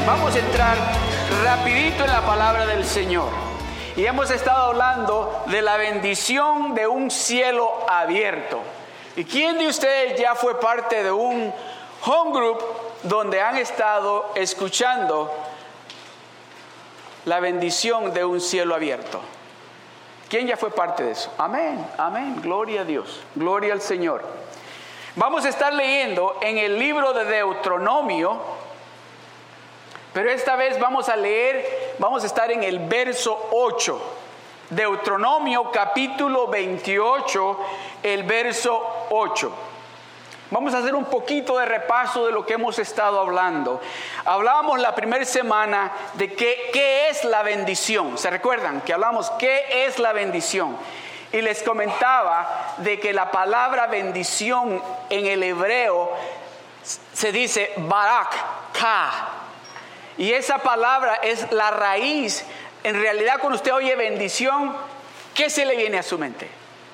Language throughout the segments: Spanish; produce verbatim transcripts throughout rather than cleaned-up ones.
Vamos a entrar rapidito en la palabra del Señor. Y hemos estado hablando de la bendición de un cielo abierto. ¿Y quién de ustedes ya fue parte de un home group donde han estado escuchando la bendición de un cielo abierto? ¿Quién ya fue parte de eso? Amén, amén, gloria a Dios, gloria al Señor. Vamos a estar leyendo en el libro de Deuteronomio, pero esta vez vamos a leer, vamos a estar en el verso ocho. Deuteronomio capítulo veintiocho, el verso ocho. Vamos a hacer un poquito de repaso de lo que hemos estado hablando. Hablábamos la primera semana de qué, qué es la bendición. ¿Se recuerdan? Que hablamos qué es la bendición. Y les comentaba de que la palabra bendición en el hebreo se dice barak, ka. Y esa palabra es la raíz. En realidad, cuando usted oye bendición, ¿qué se le viene a su mente?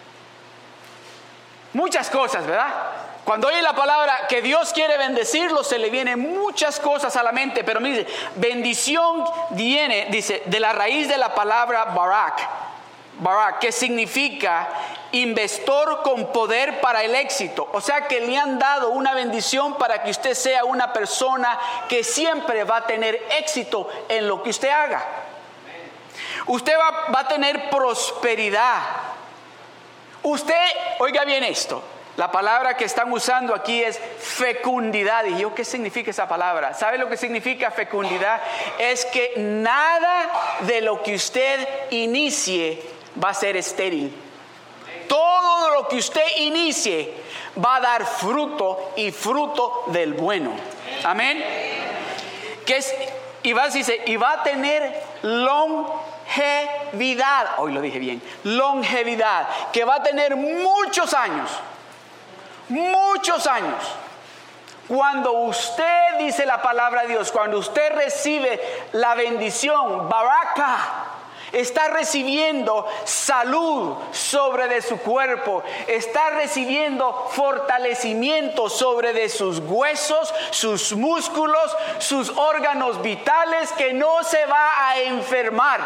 Muchas cosas, ¿verdad? Cuando oye la palabra que Dios quiere bendecirlo, se le vienen muchas cosas a la mente. Pero mire, bendición viene, dice, de la raíz de la palabra barak. Barak, que significa investor con poder para el éxito. O sea que le han dado una bendición para que usted sea una persona que siempre va a tener éxito en lo que usted haga. Usted va, va a tener prosperidad. Usted, oiga bien esto, la palabra que están usando aquí es fecundidad. Y yo, ¿qué significa esa palabra? ¿Sabe lo que significa fecundidad? Es que nada de lo que usted inicie va a ser estéril. Todo lo que usted inicie va a dar fruto, y fruto del bueno. Amén. Que es, y va, dice, y va a tener longevidad. Hoy lo dije bien. Longevidad. Que va a tener muchos años. Muchos años. Cuando usted, dice la palabra de Dios, cuando usted recibe la bendición, baraka, está recibiendo salud sobre de su cuerpo, está recibiendo fortalecimiento sobre de sus huesos, sus músculos, sus órganos vitales, que no se va a enfermar.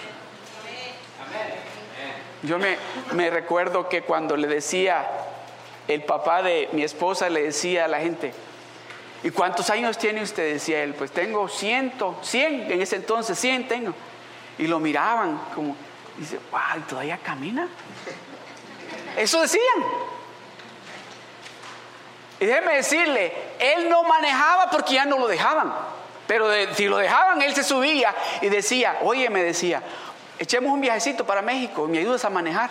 Yo me, me recuerdo que cuando le decía, el papá de mi esposa le decía a la gente, ¿y cuántos años tiene usted? Decía él, pues tengo ciento, cien, en ese entonces cien tengo. Y lo miraban como, dice, wow, ¿todavía camina? Eso decían. Y déjeme decirle, él no manejaba porque ya no lo dejaban. Pero de, si lo dejaban, él se subía y decía, oye, me decía, echemos un viajecito para México, ¿me ayudas a manejar?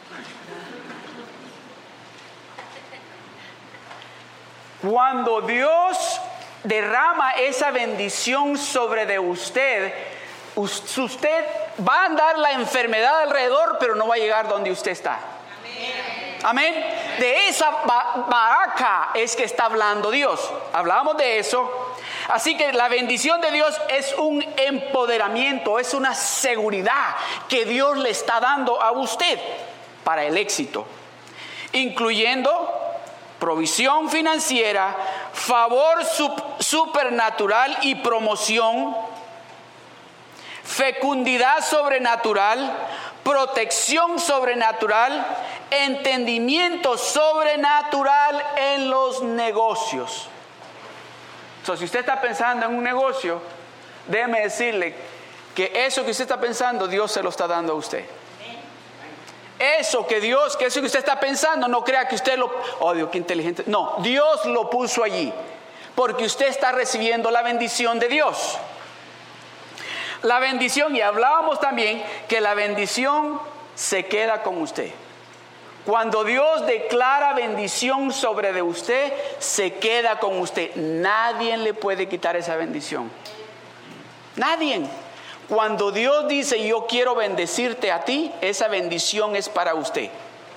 Cuando Dios derrama esa bendición sobre de usted, usted va a andar la enfermedad alrededor, pero no va a llegar donde usted está. Amén. Amén. De esa baraka es que está hablando Dios. Hablamos de eso. Así que la bendición de Dios es un empoderamiento, es una seguridad que Dios le está dando a usted para el éxito, incluyendo provisión financiera, favor supernatural y promoción, fecundidad sobrenatural, protección sobrenatural, entendimiento sobrenatural en los negocios. So, si usted está pensando en un negocio, déjeme decirle que eso que usted está pensando, Dios se lo está dando a usted. Eso que Dios, que eso que usted está pensando, no crea que usted lo, oh Dios, qué inteligente. No, Dios lo puso allí, porque usted está recibiendo la bendición de Dios. La bendición, y hablábamos también que la bendición se queda con usted. Cuando Dios declara bendición sobre de usted, se queda con usted. Nadie le puede quitar esa bendición. Nadie. Cuando Dios dice, yo quiero bendecirte a ti, esa bendición es para usted.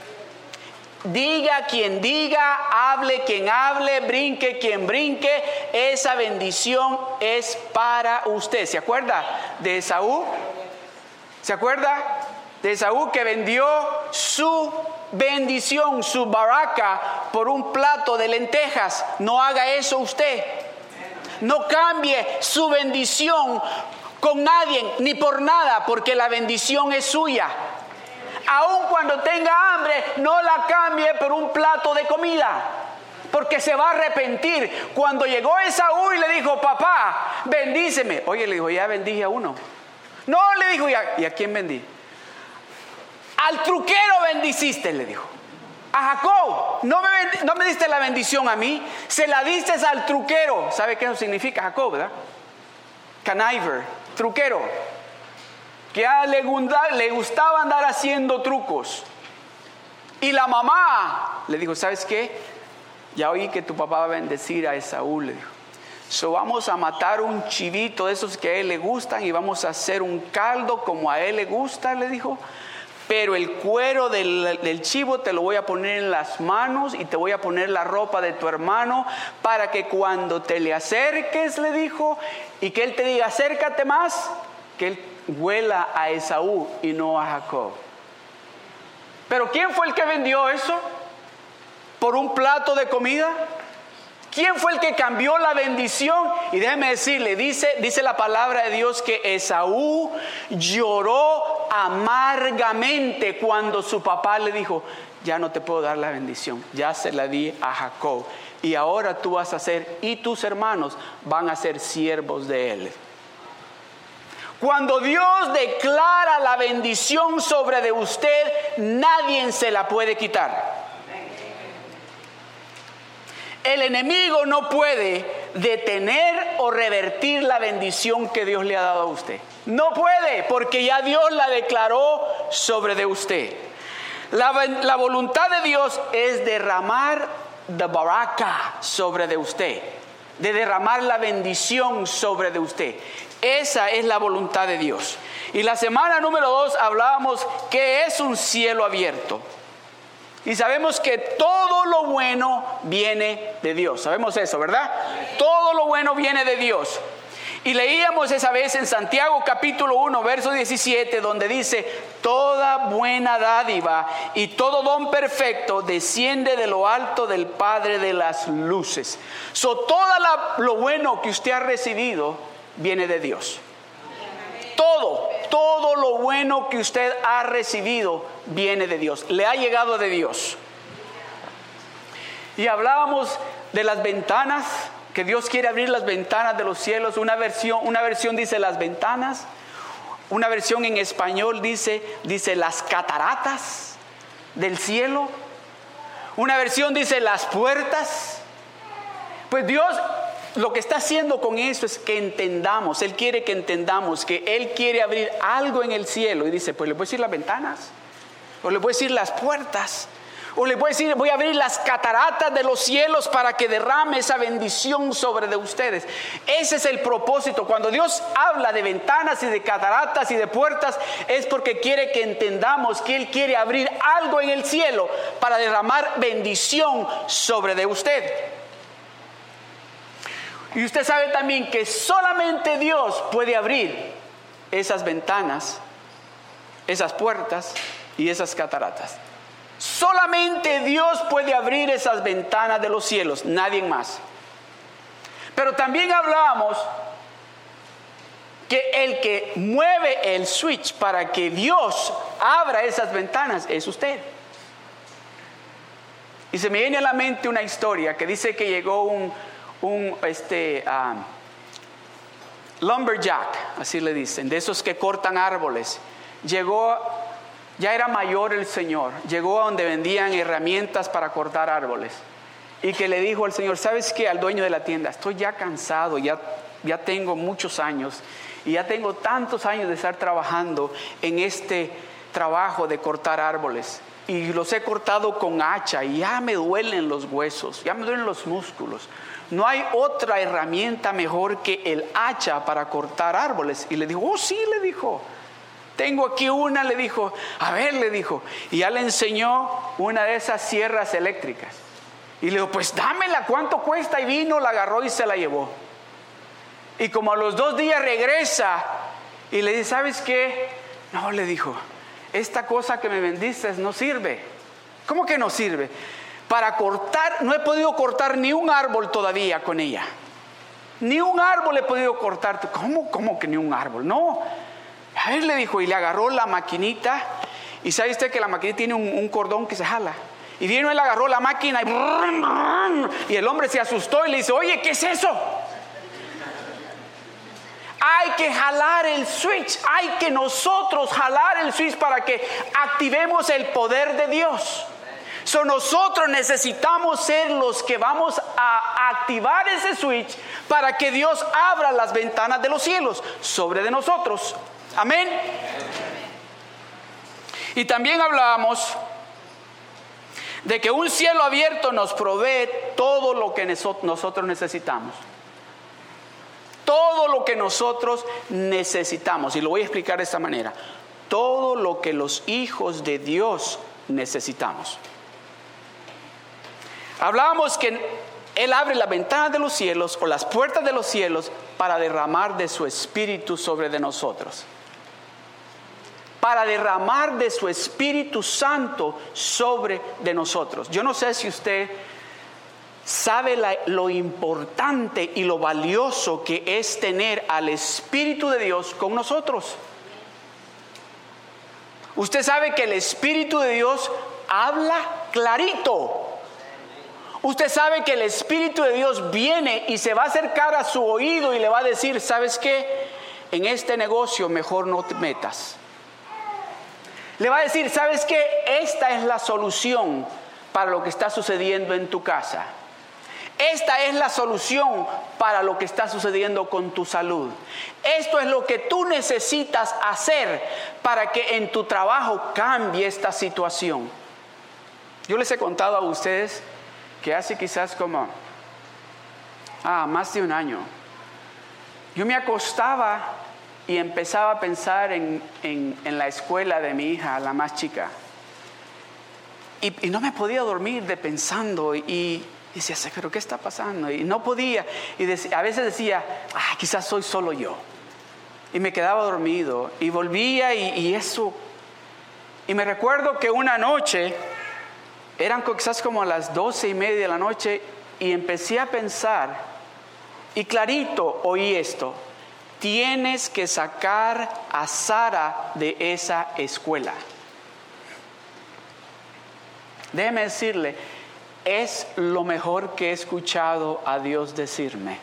Diga quien diga, hable quien hable, brinque quien brinque, esa bendición es para usted. ¿Se acuerda de Esaú? ¿Se acuerda de Esaú que vendió su bendición, su baraka, por un plato de lentejas? No haga eso usted. No cambie su bendición con nadie ni por nada, porque la bendición es suya. Aun cuando tenga hambre, no la cambie por un plato de comida, porque se va a arrepentir. Cuando llegó Esaú y le dijo, papá, bendíceme. Oye, le dijo, ya bendije a uno. No, le dijo, ¿y a, ¿y a quién bendí? Al truquero bendiciste, le dijo. A Jacob, no me, bendi- no me diste la bendición a mí, se la diste al truquero. ¿Sabe qué eso significa Jacob, verdad? Conniver, truquero. Que a le, le gustaba andar haciendo trucos. Y la mamá le dijo, ¿sabes qué? Ya oí que tu papá va a bendecir a Esaú, le dijo. So vamos a matar un chivito de esos que a él le gustan y vamos a hacer un caldo como a él le gusta, le dijo. Pero el cuero del, del chivo te lo voy a poner en las manos y te voy a poner la ropa de tu hermano para que cuando te le acerques, le dijo, y que él te diga, acércate más, que él huela a Esaú y no a Jacob. Pero ¿quién fue el que vendió eso? ¿Por un plato de comida? ¿Quién fue el que cambió la bendición? Y déjeme decirle, dice, dice la palabra de Dios que Esaú lloró amargamente cuando su papá le dijo, ya no te puedo dar la bendición, ya se la di a Jacob. Y ahora tú vas a ser, y tus hermanos van a ser siervos de él. Cuando Dios declara la bendición sobre de usted, nadie se la puede quitar. El enemigo no puede detener o revertir la bendición que Dios le ha dado a usted. No puede, porque ya Dios la declaró sobre de usted. La, la voluntad de Dios es derramar la baraka sobre de usted, de derramar la bendición sobre de usted. Esa es la voluntad de Dios. Y la semana número dos hablábamos que es un cielo abierto. Y sabemos que todo lo bueno viene de Dios. Sabemos eso, ¿verdad? Todo lo bueno viene de Dios. Y leíamos esa vez en Santiago capítulo uno, verso diecisiete, donde dice, toda buena dádiva y todo don perfecto desciende de lo alto del Padre de las luces. So, todo la, lo bueno que usted ha recibido viene de Dios. Todo, todo lo bueno que usted ha recibido viene de Dios, le ha llegado de Dios. Y hablábamos de las ventanas, que Dios quiere abrir las ventanas de los cielos. Una versión, una versión dice las ventanas, una versión en español dice, dice las cataratas del cielo, una versión dice las puertas. Pues Dios lo que está haciendo con eso es que entendamos, Él quiere que entendamos que Él quiere abrir algo en el cielo. Y dice, pues le voy a decir las ventanas, o le voy a decir las puertas, o le voy a decir, voy a abrir las cataratas de los cielos para que derrame esa bendición sobre de ustedes. Ese es el propósito. Cuando Dios habla de ventanas y de cataratas y de puertas, es porque quiere que entendamos que Él quiere abrir algo en el cielo para derramar bendición sobre de usted. Y usted sabe también que solamente Dios puede abrir esas ventanas, esas puertas y esas cataratas. Solamente Dios puede abrir esas ventanas de los cielos, nadie más. Pero también hablábamos que el que mueve el switch para que Dios abra esas ventanas es usted. Y se me viene a la mente una historia que dice que llegó un un este um, lumberjack, así le dicen, de esos que cortan árboles. Llegó, ya era mayor el señor, llegó a donde vendían herramientas para cortar árboles, y que le dijo al señor, ¿sabes qué? Al dueño de la tienda, estoy ya cansado, ya, ya tengo muchos años y ya tengo tantos años de estar trabajando en este trabajo de cortar árboles, y los he cortado con hacha y ya me duelen los huesos, ya me duelen los músculos. No hay otra herramienta mejor que el hacha para cortar árboles. Y le dijo, oh sí, le dijo, tengo aquí una, le dijo, a ver, le dijo. Y ya le enseñó una de esas sierras eléctricas. Y le dijo, pues dámela, ¿cuánto cuesta? Y vino, la agarró y se la llevó. Y como a los dos días regresa y le dice, ¿sabes qué? No, le dijo, esta cosa que me vendiste no sirve. ¿Cómo que no sirve? Para cortar, no he podido cortar ni un árbol todavía con ella. Ni un árbol he podido cortar. ¿Cómo, cómo que ni un árbol? No. A ver, le dijo, y le agarró la maquinita. Y sabe usted que la maquinita tiene un, un cordón que se jala. Y vino, él agarró la máquina y, y el hombre se asustó y le dice, oye, ¿qué es eso? Hay que jalar el switch, hay que nosotros jalar el switch para que activemos el poder de Dios. So, nosotros necesitamos ser los que vamos a activar ese switch para que Dios abra las ventanas de los cielos sobre de nosotros. Amén. Y también hablábamos de que un cielo abierto nos provee todo lo que nosotros necesitamos. Todo lo que nosotros necesitamos. Y lo voy a explicar de esta manera. Todo lo que los hijos de Dios necesitamos. Hablábamos que Él abre la ventana de los cielos o las puertas de los cielos para derramar de su Espíritu sobre de nosotros. Para derramar de su Espíritu Santo sobre de nosotros. Yo no sé si usted sabe la, lo importante y lo valioso que es tener al Espíritu de Dios con nosotros. Usted sabe que el Espíritu de Dios habla clarito. Usted sabe que el Espíritu de Dios viene y se va a acercar a su oído y le va a decir, ¿sabes qué? En este negocio mejor no te metas. Le va a decir, ¿sabes qué? Esta es la solución para lo que está sucediendo en tu casa. Esta es la solución para lo que está sucediendo con tu salud. Esto es lo que tú necesitas hacer para que en tu trabajo cambie esta situación. Yo les he contado a ustedes que hace quizás como ah, más de un año, yo me acostaba y empezaba a pensar en, en, en la escuela de mi hija, la más chica. Y, y no me podía dormir de pensando y, y decía, ¿pero qué está pasando? Y no podía. Y decía, a veces decía, ah, quizás soy solo yo. Y me quedaba dormido y volvía y, y eso. Y me recuerdo que una noche, eran quizás como a las doce y media de la noche, y empecé a pensar, y clarito oí esto. Tienes que sacar a Sara de esa escuela. Déjeme decirle, es lo mejor que he escuchado a Dios decirme.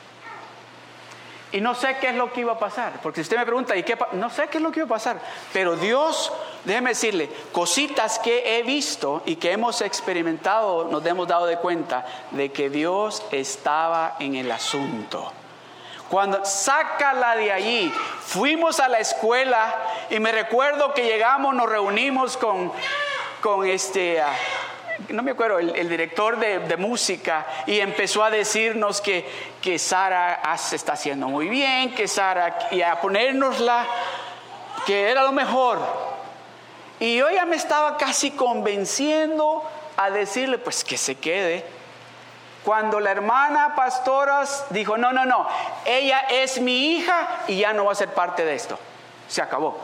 Y no sé qué es lo que iba a pasar, porque si usted me pregunta, ¿y qué pa-? No sé qué es lo que iba a pasar, pero Dios, déjeme decirle, cositas que he visto y que hemos experimentado, nos hemos dado de cuenta de que Dios estaba en el asunto. Cuando sácala de allí, fuimos a la escuela y me recuerdo que llegamos, nos reunimos con, con este, uh, no me acuerdo, el, el director de, de música, y empezó a decirnos que, que Sara ah, se está haciendo muy bien, que Sara, y a ponérnosla, que era lo mejor. Y yo ya me estaba casi convenciendo a decirle, pues que se quede. Cuando la hermana pastora dijo, no, no, no, ella es mi hija y ya no va a ser parte de esto. Se acabó.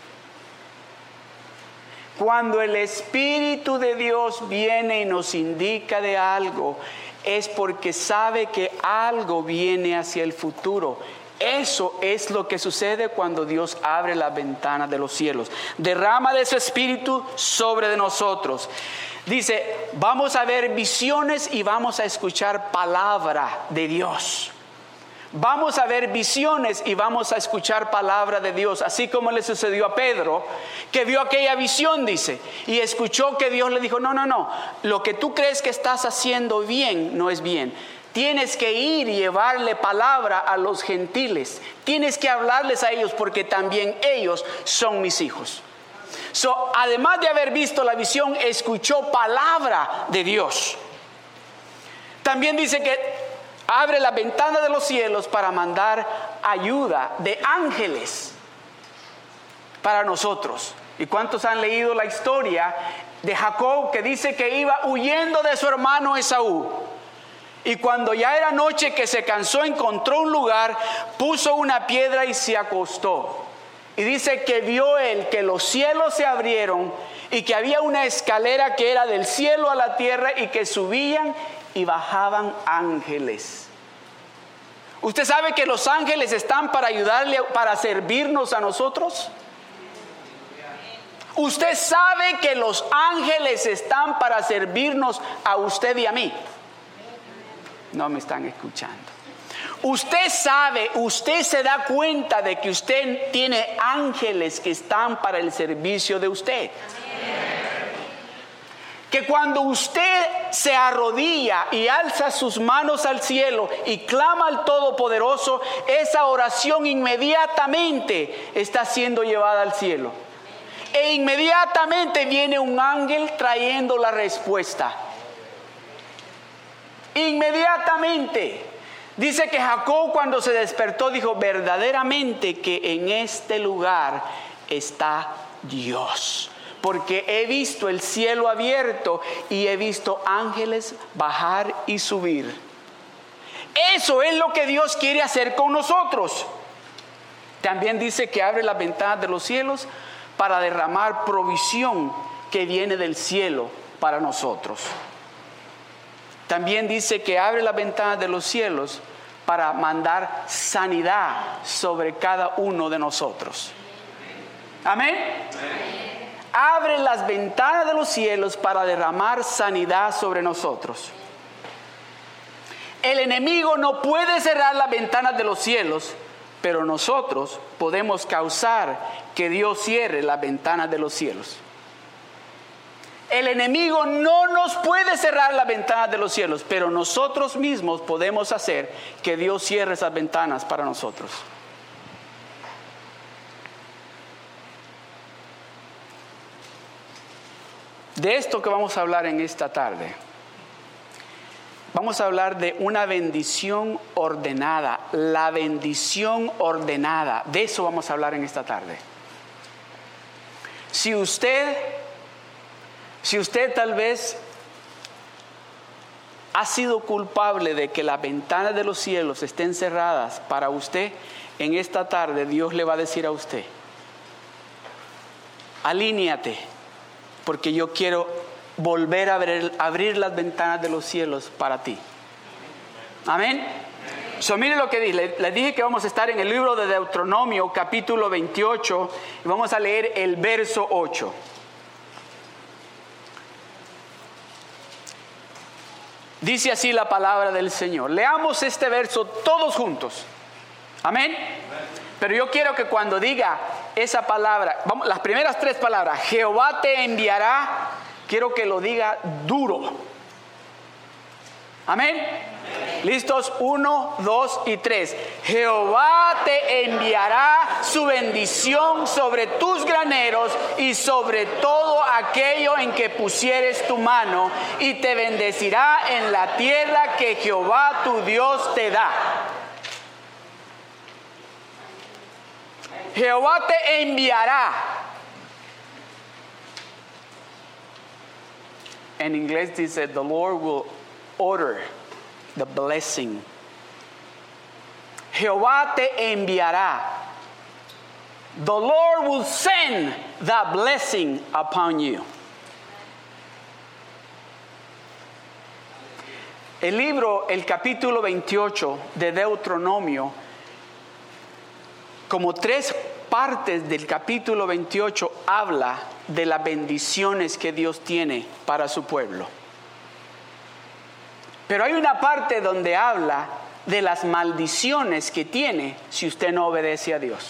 Cuando el Espíritu de Dios viene y nos indica de algo, es porque sabe que algo viene hacia el futuro. Eso es lo que sucede cuando Dios abre la ventana de los cielos. Derrama de su Espíritu sobre de nosotros. Dice, vamos a ver visiones y vamos a escuchar palabra de Dios. Vamos a ver visiones y vamos a escuchar palabra de Dios. Así como le sucedió a Pedro, que vio aquella visión, dice, y escuchó que Dios le dijo, no, no, no, lo que tú crees que estás haciendo bien, no es bien. Tienes que ir y llevarle palabra a los gentiles. Tienes que hablarles a ellos porque también ellos son mis hijos. So, además de haber visto la visión, escuchó palabra de Dios. También dice que abre la ventana de los cielos para mandar ayuda de ángeles para nosotros. ¿Y cuántos han leído la historia de Jacob, que dice que iba huyendo de su hermano Esaú? Y cuando ya era noche, que se cansó, encontró un lugar, puso una piedra y se acostó. Y dice que vio él que los cielos se abrieron y que había una escalera que era del cielo a la tierra y que subían y bajaban ángeles. ¿Usted sabe que los ángeles están para ayudarle, para servirnos a nosotros? ¿Usted sabe que los ángeles están para servirnos a usted y a mí? No me están escuchando. Usted sabe, usted se da cuenta de que usted tiene ángeles que están para el servicio de usted. Que cuando usted se arrodilla y alza sus manos al cielo y clama al Todopoderoso, esa oración inmediatamente está siendo llevada al cielo. E inmediatamente viene un ángel trayendo la respuesta. Inmediatamente. Dice que Jacob, cuando se despertó, dijo: verdaderamente que en este lugar está Dios, porque he visto el cielo abierto y he visto ángeles bajar y subir. Eso es lo que Dios quiere hacer con nosotros. También dice que abre las ventanas de los cielos para derramar provisión que viene del cielo para nosotros. También dice que abre las ventanas de los cielos para mandar sanidad sobre cada uno de nosotros. Amén. Amén. Abre las ventanas de los cielos para derramar sanidad sobre nosotros. El enemigo no puede cerrar las ventanas de los cielos, pero nosotros podemos causar que Dios cierre las ventanas de los cielos. El enemigo no nos puede cerrar las ventanas de los cielos, pero nosotros mismos podemos hacer que Dios cierre esas ventanas para nosotros. De esto que vamos a hablar en esta tarde, vamos a hablar de una bendición ordenada, la bendición ordenada. De eso vamos a hablar en esta tarde. Si usted, si usted tal vez ha sido culpable de que las ventanas de los cielos estén cerradas para usted, en esta tarde Dios le va a decir a usted: alíñate, porque yo quiero volver a abrir, abrir las ventanas de los cielos para ti. Amén. So, mire lo que dije. Le, le dije que vamos a estar en el libro de Deuteronomio, capítulo veintiocho, y vamos a leer el verso ocho. Dice así la palabra del Señor. Leamos este verso todos juntos. Amén. Pero yo quiero que cuando diga esa palabra, vamos, las primeras tres palabras, Jehová te enviará, quiero que lo diga duro. Amén. Amén. ¿Listos? Uno, dos y tres. Jehová te enviará su bendición sobre tus graneros y sobre todo aquello en que pusieres tu mano, y te bendecirá en la tierra que Jehová tu Dios te da. Jehová te enviará. En inglés dice: the Lord will order the blessing. Jehová te enviará. The Lord will send the blessing upon you. El libro, el capítulo veintiocho de Deuteronomio, como tres partes del capítulo veintiocho, habla de las bendiciones que Dios tiene para su pueblo. Pero hay una parte donde habla de las maldiciones que tiene si usted no obedece a Dios.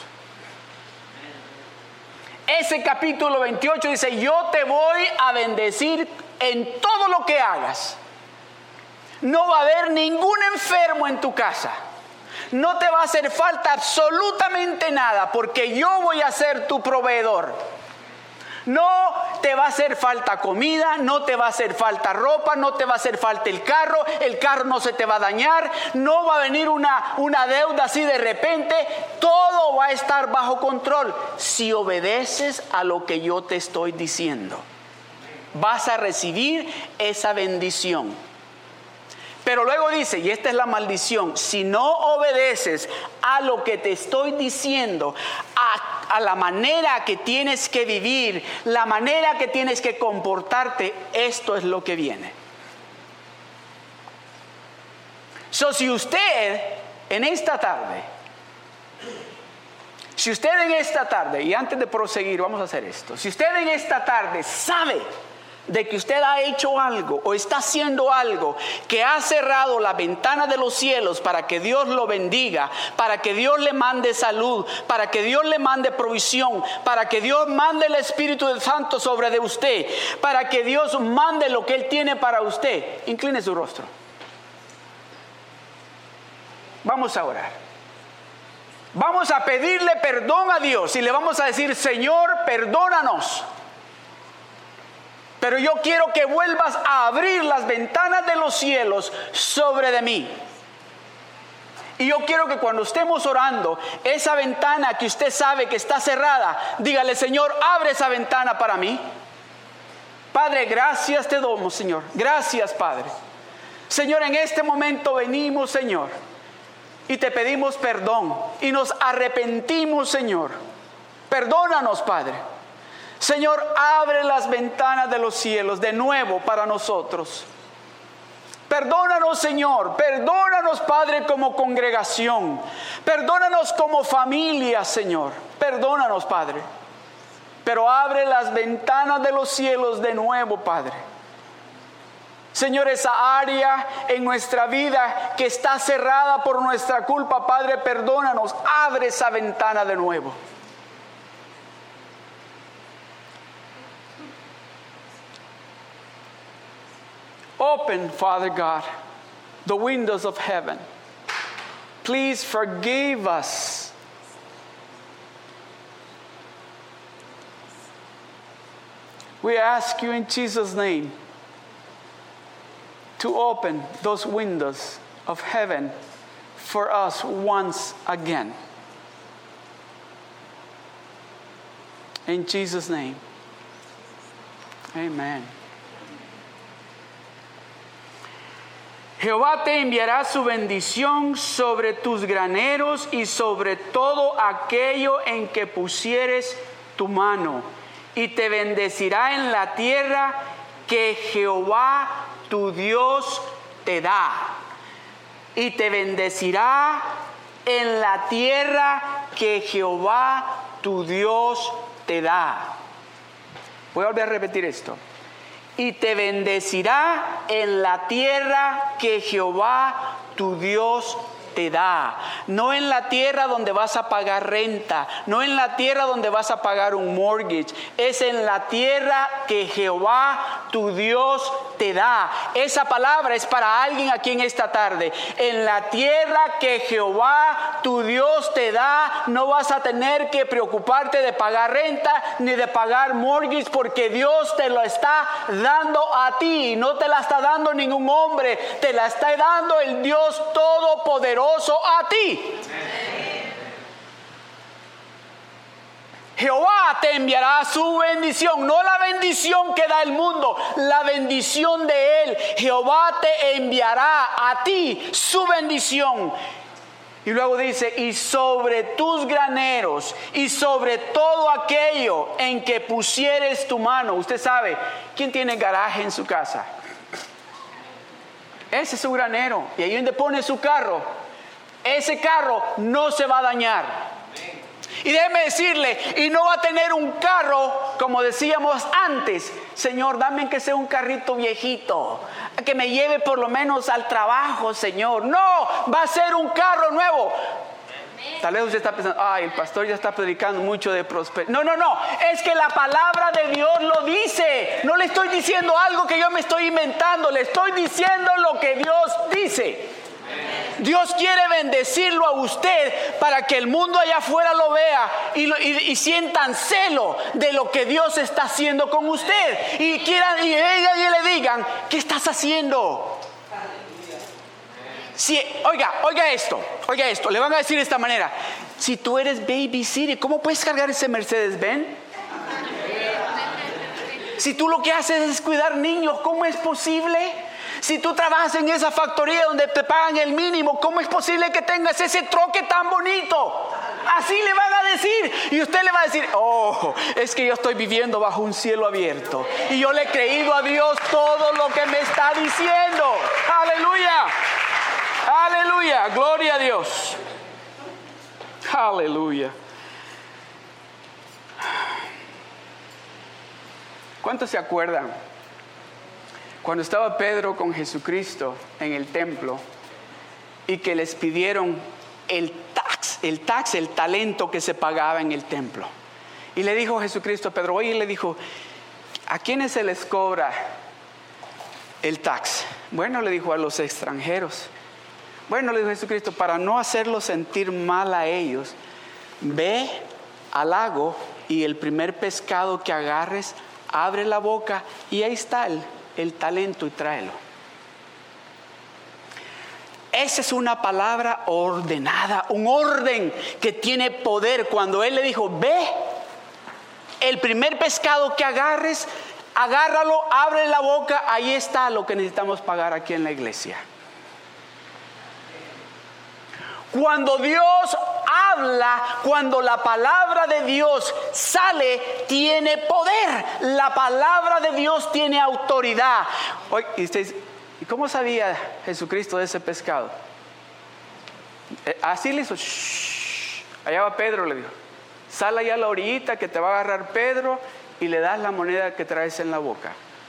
Ese capítulo veintiocho dice: yo te voy a bendecir en todo lo que hagas. No va a haber ningún enfermo en tu casa. No te va a hacer falta absolutamente nada, porque yo voy a ser tu proveedor. No te va a hacer falta comida, no te va a hacer falta ropa, no te va a hacer falta el carro, el carro no se te va a dañar, no va a venir una, una deuda así de repente. Todo va a estar bajo control si obedeces a lo que yo te estoy diciendo. Vas a recibir esa bendición. Pero luego dice, y esta es la maldición: si no obedeces a lo que te estoy diciendo, a, a la manera que tienes que vivir, la manera que tienes que comportarte, esto es lo que viene. So, si usted en esta tarde, si usted en esta tarde, y antes de proseguir vamos a hacer esto, si usted en esta tarde sabe de que usted ha hecho algo o está haciendo algo que ha cerrado la ventana de los cielos para que Dios lo bendiga, para que Dios le mande salud, para que Dios le mande provisión, para que Dios mande el Espíritu Santo sobre de usted, para que Dios mande lo que Él tiene para usted, incline su rostro. Vamos a orar. Vamos a pedirle perdón a Dios y le vamos a decir: Señor, perdónanos. Pero yo quiero que vuelvas a abrir las ventanas de los cielos sobre de mí. Y yo quiero que cuando estemos orando, esa ventana que usted sabe que está cerrada, dígale: Señor, abre esa ventana para mí. Padre, gracias te damos, Señor. Gracias, Padre. Señor, en este momento venimos, Señor, y te pedimos perdón. Y nos arrepentimos, Señor. Perdónanos, Padre. Señor, abre las ventanas de los cielos de nuevo para nosotros. Perdónanos, Señor. Perdónanos, Padre, como congregación. Perdónanos como familia, Señor. Perdónanos, Padre. Pero abre las ventanas de los cielos de nuevo, Padre. Señor, esa área en nuestra vida que está cerrada por nuestra culpa, Padre, perdónanos. Abre esa ventana de nuevo. Open, Father God, the windows of heaven. Please forgive us. We ask you in Jesus' name to open those windows of heaven for us once again. In Jesus' name. Amen. Jehová te enviará su bendición sobre tus graneros y sobre todo aquello en que pusieres tu mano, y te bendecirá en la tierra que Jehová tu Dios te da. Y te bendecirá en la tierra que Jehová tu Dios te da. Voy a volver a repetir esto. Y te bendecirá en la tierra que Jehová tu Dios te da. No en la tierra donde vas a pagar renta, no en la tierra donde vas a pagar un mortgage, es en la tierra que Jehová tu Dios te da. Esa palabra es para alguien aquí en esta tarde. En la tierra que Jehová tu Dios te da, no vas a tener que preocuparte de pagar renta ni de pagar mortgage, porque Dios te lo está dando a ti. No te la está dando ningún hombre, te la está dando el Dios Todopoderoso a ti. Jehová te enviará su bendición, no la bendición que da el mundo, la bendición de Él. Jehová te enviará a ti su bendición. Y luego dice: y sobre tus graneros y sobre todo aquello en que pusieres tu mano. Usted sabe, ¿quién tiene garaje en su casa? Ese es su granero. Y ahí donde pone su carro, ese carro no se va a dañar. Y déjeme decirle, y no va a tener un carro, como decíamos antes: Señor, dame que sea un carrito viejito, que me lleve por lo menos al trabajo, Señor. No, va a ser un carro nuevo. Tal vez usted está pensando: ay, el pastor ya está predicando mucho de prosperidad. No, no, no, es que la palabra de Dios lo dice. No le estoy diciendo algo que yo me estoy inventando, le estoy diciendo lo que Dios dice. Dios quiere bendecirlo a usted para que el mundo allá afuera lo vea y, lo, y, y sientan celo de lo que Dios está haciendo con usted, y quieran y, y, y le digan: ¿qué estás haciendo? Si, oiga, oiga esto, oiga esto, le van a decir de esta manera: si tú eres babysitter, ¿cómo puedes cargar ese Mercedes-Benz? Si tú lo que haces es cuidar niños, ¿cómo es posible? Si tú trabajas en esa factoría donde te pagan el mínimo, ¿cómo es posible que tengas ese troque tan bonito? Así le van a decir. Y usted le va a decir: oh, es que yo estoy viviendo bajo un cielo abierto y yo le he creído a Dios todo lo que me está diciendo. Aleluya. Aleluya, gloria a Dios. Aleluya. ¿Cuántos se acuerdan cuando estaba Pedro con Jesucristo en el templo y que les pidieron el tax, el tax, el talento que se pagaba en el templo? Y le dijo Jesucristo a Pedro, oye, le dijo, ¿a quiénes se les cobra el tax? Bueno, le dijo, a los extranjeros. Bueno, le dijo Jesucristo, para no hacerlos sentir mal a ellos, ve al lago y el primer pescado que agarres, abre la boca y ahí está el, el talento y tráelo. Esa es una palabra ordenada, un orden que tiene poder. Cuando Él le dijo, ve, el primer pescado que agarres, agárralo, abre la boca, ahí está lo que necesitamos pagar aquí en la iglesia. Cuando Dios habla, cuando la palabra de Dios sale, tiene poder. La palabra de Dios tiene autoridad. Oye, y ustedes, ¿y cómo sabía Jesucristo de ese pescado? Así le hizo. Shh. Allá va Pedro, le dijo. Sal allá a la orillita que te va a agarrar Pedro y le das la moneda que traes en la boca.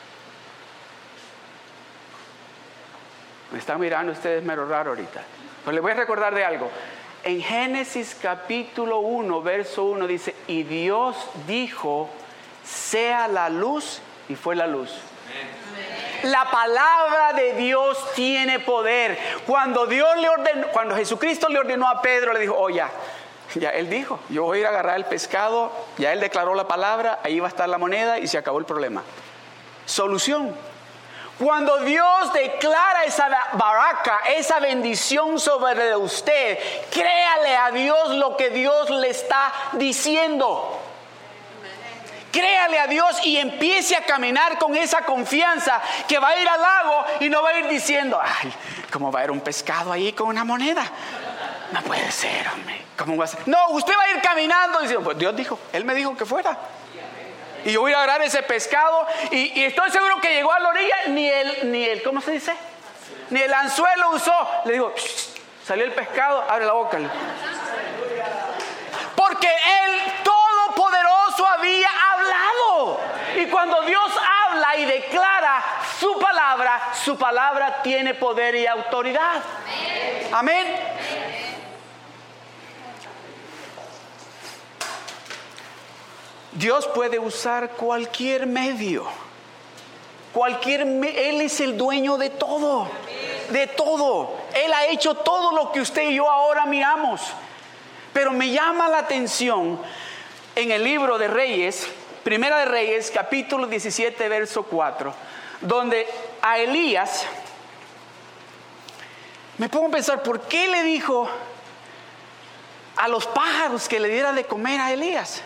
Me están mirando ustedes mero raro ahorita. Pues les voy a recordar de algo. En Génesis capítulo uno, verso uno dice, y Dios dijo, sea la luz, y fue la luz. Amén. La palabra de Dios tiene poder. Cuando Dios le ordenó, cuando Jesucristo le ordenó a Pedro, le dijo, oh ya, ya él dijo, yo voy a ir a agarrar el pescado, ya él declaró la palabra, ahí va a estar la moneda y se acabó el problema. Solución. Cuando Dios declara esa baraka, esa bendición sobre usted, créale a Dios lo que Dios le está diciendo. Créale a Dios y empiece a caminar con esa confianza que va a ir al lago y no va a ir diciendo, ay, ¿cómo va a ir un pescado ahí con una moneda? No puede ser, hombre. ¿Cómo va a ser? No, usted va a ir caminando diciendo, pues Dios dijo, Él me dijo que fuera. Y yo voy a agarrar ese pescado y, y estoy seguro que llegó a la orilla, ni el, ni el, ¿cómo se dice? Ni el anzuelo usó. Le digo, salió el pescado, abre la boca. Porque el Todopoderoso había hablado. Y cuando Dios habla y declara su palabra, su palabra tiene poder y autoridad. Amén. Dios puede usar cualquier medio, cualquier, Él es el dueño de todo, de todo. Él ha hecho todo lo que usted y yo ahora miramos. Pero me llama la atención en el libro de Reyes, Primera de Reyes, capítulo diecisiete, verso cuatro, donde a Elías, me pongo a pensar, ¿por qué le dijo a los pájaros que le diera de comer a Elías?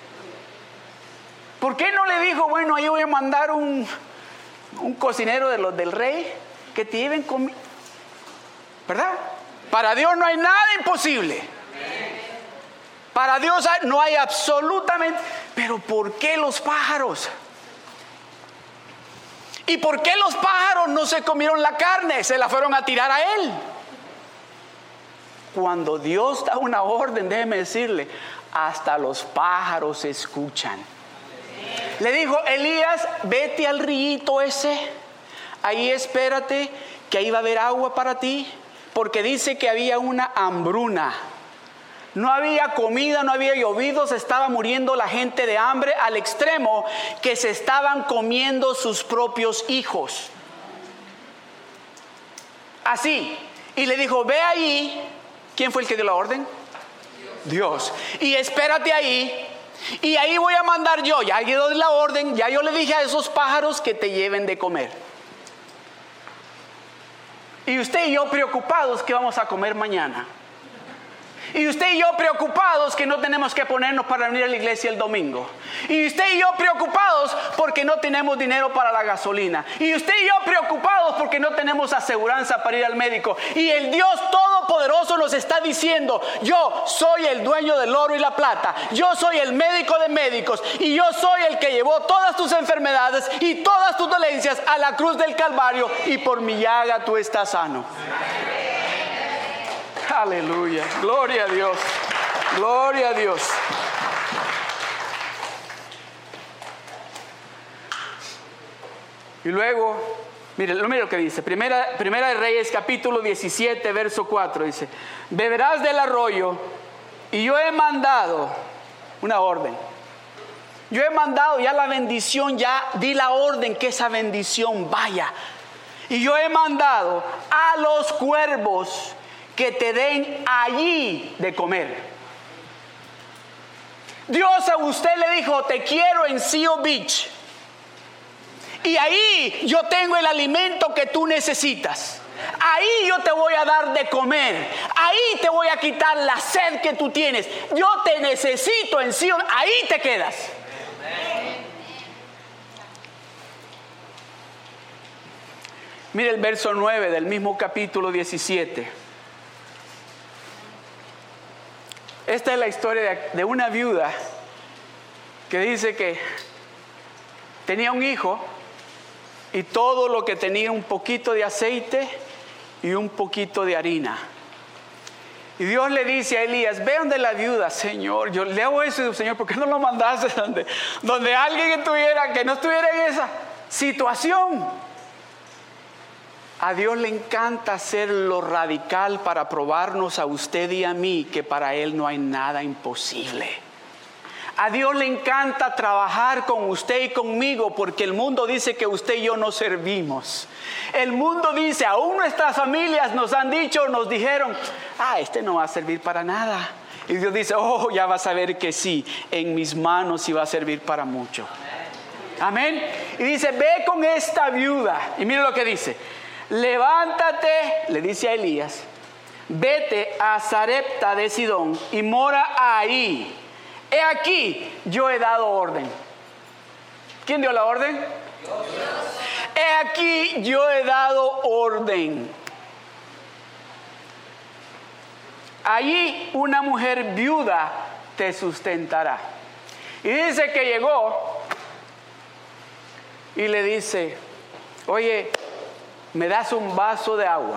¿Por qué no le dijo, bueno, ahí voy a mandar un, un cocinero de los del rey que te lleven comida? ¿Verdad? Para Dios no hay nada imposible. Para Dios no hay absolutamente. Pero ¿por qué los pájaros? ¿Y por qué los pájaros no se comieron la carne? Se la fueron a tirar a él. Cuando Dios da una orden, déjeme decirle, hasta los pájaros escuchan. Le dijo, Elías, vete al rillito ese, ahí espérate, que ahí va a haber agua para ti, porque dice que había una hambruna. No había comida, no había llovido, se estaba muriendo la gente de hambre al extremo que se estaban comiendo sus propios hijos. Así, y le dijo, ve ahí, ¿quién fue el que dio la orden? Dios. Dios. Y espérate ahí. Y ahí voy a mandar yo, ya yo doy la orden, ya yo le dije a esos pájaros que te lleven de comer. Y usted y yo preocupados que vamos a comer mañana. Y usted y yo preocupados que no tenemos que ponernos para venir a la iglesia el domingo. Y usted y yo preocupados porque no tenemos dinero para la gasolina. Y usted y yo preocupados porque no tenemos aseguranza para ir al médico. Y el Dios Todopoderoso nos está diciendo, yo soy el dueño del oro y la plata. Yo soy el médico de médicos. Y yo soy el que llevó todas tus enfermedades y todas tus dolencias a la cruz del Calvario. Y por mi llaga tú estás sano. Aleluya. Gloria a Dios. Gloria a Dios. Y luego, mire, mire lo que dice. Primera, Primera de Reyes, capítulo diecisiete, verso cuatro. Dice: beberás del arroyo, y yo he mandado una orden. Yo he mandado ya la bendición, ya di la orden que esa bendición vaya. Y yo he mandado a los cuervos que te den allí de comer. Dios a usted le dijo: te quiero en Seal Beach. Y ahí yo tengo el alimento que tú necesitas. Ahí yo te voy a dar de comer. Ahí te voy a quitar la sed que tú tienes. Yo te necesito en Sion. Ahí te quedas. Mire el verso nueve del mismo capítulo diecisiete. Esta es la historia de, de una viuda que dice que tenía un hijo y todo lo que tenía, un poquito de aceite y un poquito de harina. Y Dios le dice a Elías: ve donde la viuda, Señor. Yo le hago eso, Señor, ¿por qué no lo mandaste donde, donde alguien estuviera, que no estuviera en esa situación? A Dios le encanta hacer lo radical para probarnos a usted y a mí que para Él no hay nada imposible. A Dios le encanta trabajar con usted y conmigo, porque el mundo dice que usted y yo no servimos. El mundo dice, aún nuestras familias nos han dicho, nos dijeron: ah, este no va a servir para nada. Y Dios dice: oh, ya vas a ver que sí, en mis manos sí va a servir para mucho. Amén. Y dice: ve con esta viuda. Y mire lo que dice: levántate, le dice a Elías, vete a Sarepta de Sidón y mora ahí. He aquí, yo he dado orden. ¿Quién dio la orden? Dios. He aquí, yo he dado orden. Allí una mujer viuda te sustentará. Y dice que llegó y le dice: oye, ¿me das un vaso de agua?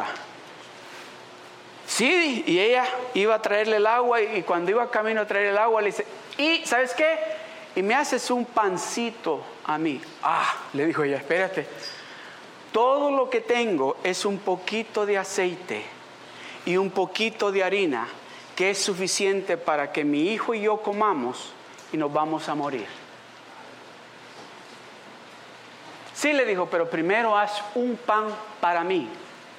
Sí, y ella iba a traerle el agua, y cuando iba camino a traer el agua le dice: ¿y sabes qué? Y me haces un pancito a mí. Ah, le dijo ella: espérate, todo lo que tengo es un poquito de aceite y un poquito de harina, que es suficiente para que mi hijo y yo comamos y nos vamos a morir. Sí, le dijo, pero primero haz un pan para mí.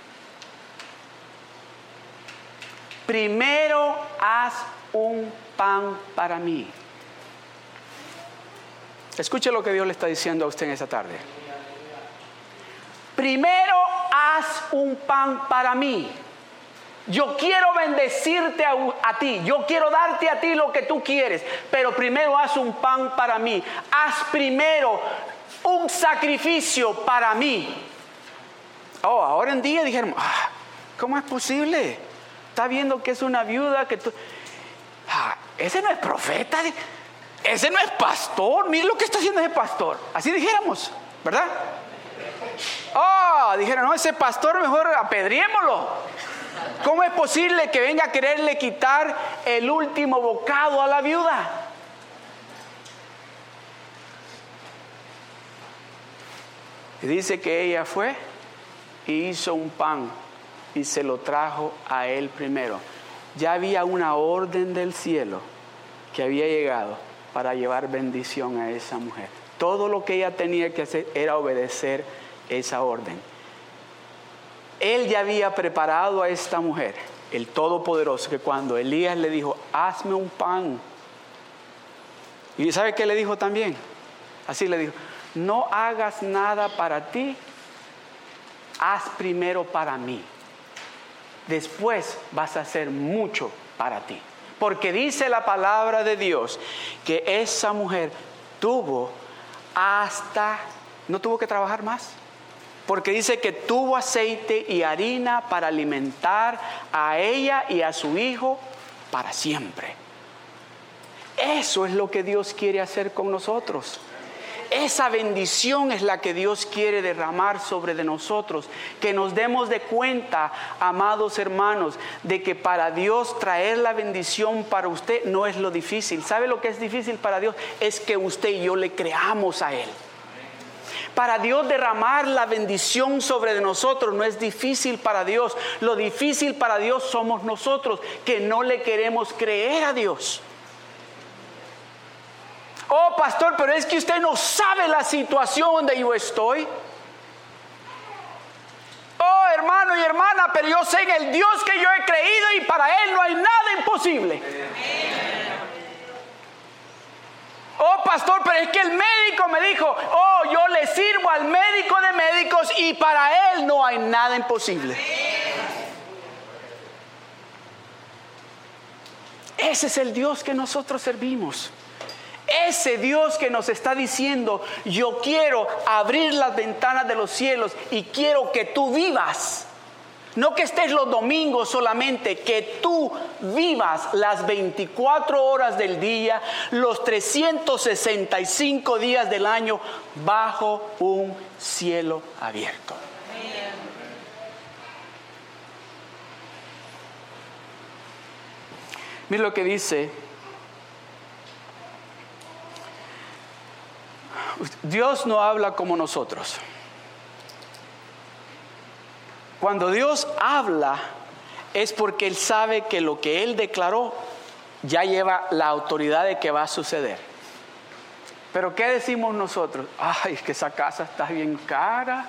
Primero haz un pan para mí. Escuche lo que Dios le está diciendo a usted en esta tarde. Primero haz un pan para mí. Yo quiero bendecirte a, a ti. Yo quiero darte a ti lo que tú quieres. Pero primero haz un pan para mí. Haz primero un sacrificio para mí. Oh, ahora en día dijeron: ah, ¿cómo es posible? Está viendo que es una viuda que tú... Ah, ese no es profeta, ese no es pastor. Mira lo que está haciendo ese pastor. Así dijéramos, ¿verdad? Oh, dijeron: no, ese pastor mejor apedriémoslo. ¿Cómo es posible que venga a quererle quitar el último bocado a la viuda? Y dice que ella fue y hizo un pan y se lo trajo a él primero. Ya había una orden del cielo que había llegado para llevar bendición a esa mujer. Todo lo que ella tenía que hacer era obedecer esa orden. Él ya había preparado a esta mujer, el Todopoderoso, que cuando Elías le dijo: hazme un pan. ¿Y sabe qué le dijo también? Así le dijo: no hagas nada para ti, haz primero para mí. Después vas a hacer mucho para ti. Porque dice la palabra de Dios que esa mujer tuvo hasta, no tuvo que trabajar más. Porque dice que tuvo aceite y harina para alimentar a ella y a su hijo para siempre. Eso es lo que Dios quiere hacer con nosotros. esa bendición es la que Dios quiere derramar sobre de nosotros. Que nos demos de cuenta, amados hermanos, de que para Dios traer la bendición para usted no es lo difícil. ¿Sabe lo que es difícil para Dios? Es que usted y yo le creamos a Él. Para Dios derramar la bendición sobre de nosotros no es difícil para Dios. Lo difícil para Dios somos nosotros, que no le queremos creer a Dios. Oh, pastor, pero es que usted no sabe la situación donde yo estoy. Oh, hermano y hermana, pero yo sé en el Dios que yo he creído y para Él no hay nada imposible. Oh, pastor, pero es que el médico me dijo, oh, yo le sirvo al médico de médicos y para Él no hay nada imposible. Ese es el Dios que nosotros servimos. Ese Dios que nos está diciendo, yo quiero abrir las ventanas de los cielos y quiero que tú vivas. No que estés los domingos solamente, que tú vivas las veinticuatro horas del día, los trescientos sesenta y cinco días del año bajo un cielo abierto. Mira lo que dice. Dios no habla como nosotros. Cuando Dios habla es porque Él sabe que lo que Él declaró ya lleva la autoridad de que va a suceder. Pero ¿qué decimos nosotros? Ay, es que esa casa está bien cara.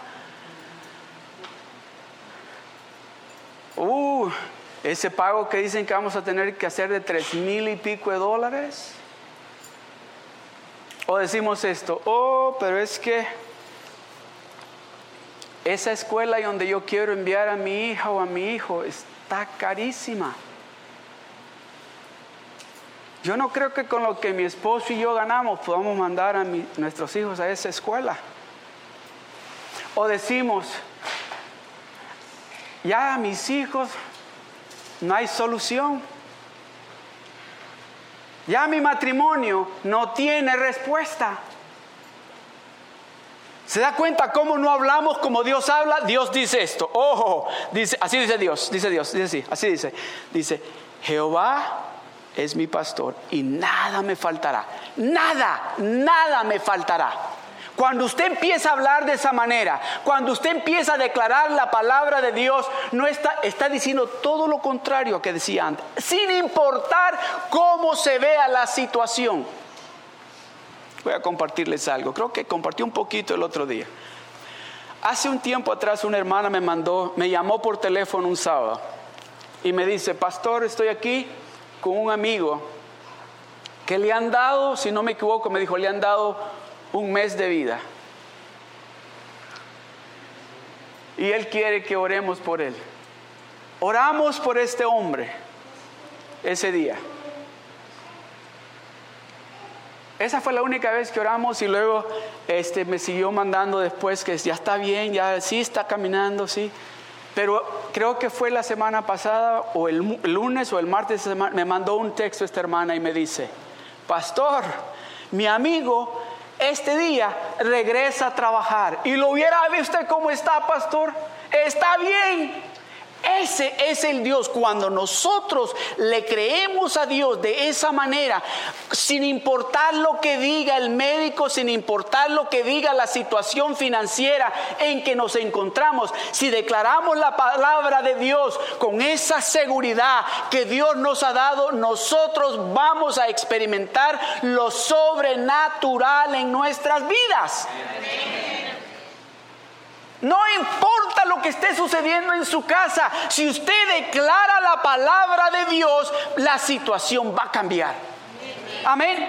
Uh, ese pago que dicen que vamos a tener que hacer de tres mil y pico de dólares. O decimos esto, oh, pero es que esa escuela donde yo quiero enviar a mi hija o a mi hijo está carísima. Yo no creo que con lo que mi esposo y yo ganamos podamos mandar a mi, nuestros hijos a esa escuela. O decimos, ya a mis hijos no hay solución. Ya mi matrimonio no tiene respuesta. ¿Se da cuenta cómo no hablamos como Dios habla? Dios dice esto. Ojo, dice, así dice Dios, dice Dios, dice así, así dice. Dice, Jehová es mi pastor y nada me faltará. Nada, nada me faltará. Cuando usted empieza a hablar de esa manera, cuando usted empieza a declarar la palabra de Dios, no está, está diciendo todo lo contrario a que decía antes, sin importar cómo se vea la situación. Voy a compartirles algo. Creo que compartí un poquito el otro día. Hace un tiempo atrás una hermana me mandó, me llamó por teléfono un sábado y me dice, pastor, estoy aquí con un amigo que le han dado, si no me equivoco, me dijo, le han dado un mes de vida. Y él quiere que oremos por él. Oramos por este hombre ese día. Esa fue la única vez que oramos y luego este, me siguió mandando después que ya está bien, ya sí está caminando, sí. Pero creo que fue la semana pasada o el lunes o el martes me mandó un texto esta hermana y me dice, pastor, mi amigo este día regresa a trabajar. Y lo hubiera visto usted cómo está, pastor. Está bien. Ese es el Dios. Cuando nosotros le creemos a Dios de esa manera, sin importar lo que diga el médico, sin importar lo que diga la situación financiera en que nos encontramos, si declaramos la palabra de Dios con esa seguridad que Dios nos ha dado, nosotros vamos a experimentar lo sobrenatural en nuestras vidas. Amén. No importa lo que esté sucediendo en su casa, si usted declara la palabra de Dios, la situación va a cambiar. Amén.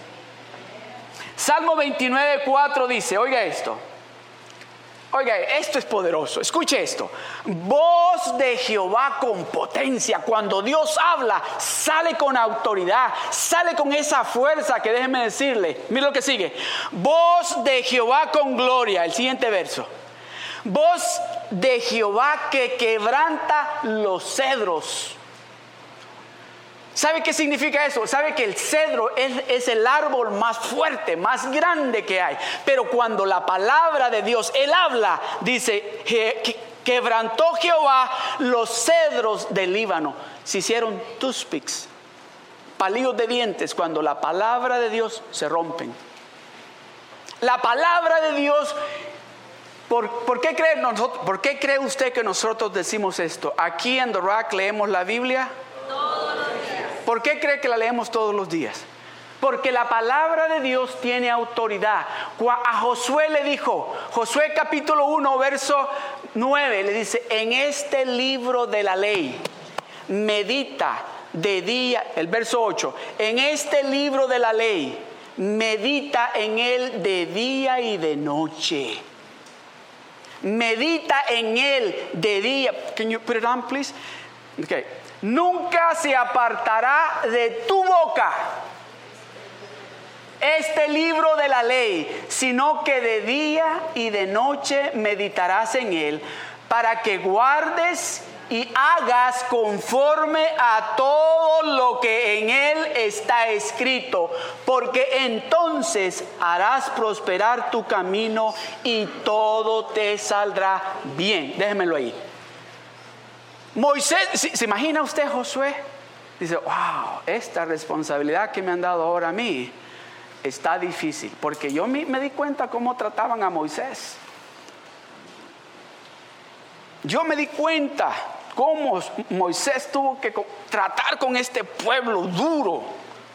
Salmo veintinueve, cuatro dice, oiga esto. Oiga, esto es poderoso. Escuche esto. Voz de Jehová con potencia. Cuando Dios habla, sale con autoridad, sale con esa fuerza que déjeme decirle. Mira lo que sigue. Voz de Jehová con gloria. El siguiente verso. Voz de Jehová que quebranta los cedros. ¿Sabe qué significa eso? ¿Sabe que el cedro es, es el árbol más fuerte, más grande que hay? Pero cuando la palabra de Dios, Él habla, dice, que, quebrantó Jehová los cedros del Líbano. Se hicieron toothpicks, palillos de dientes, cuando la palabra de Dios se rompen. La palabra de Dios, ¿por, por, qué cree nosotros, ¿por qué cree usted que nosotros decimos esto? Aquí en The Rock leemos la Biblia todos los días. ¿Por qué cree que la leemos todos los días? Porque la palabra de Dios tiene autoridad. A Josué le dijo, Josué capítulo uno, verso nueve, le dice, en este libro de la ley, medita de día, el verso ocho, en este libro de la ley, medita en él de día y de noche. Medita en él de día. Can you put it on, please? Okay. Nunca se apartará de tu boca este libro de la ley, sino que de día y de noche meditarás en él, para que guardes y hagas conforme a todo lo que en él está escrito, porque entonces harás prosperar tu camino y todo te saldrá bien. Déjemelo ahí. Moisés, ¿se imagina usted, Josué? Dice, wow, esta responsabilidad que me han dado ahora a mí está difícil, porque yo me, me di cuenta cómo trataban a Moisés. Yo me di cuenta cómo Moisés tuvo que tratar con este pueblo duro.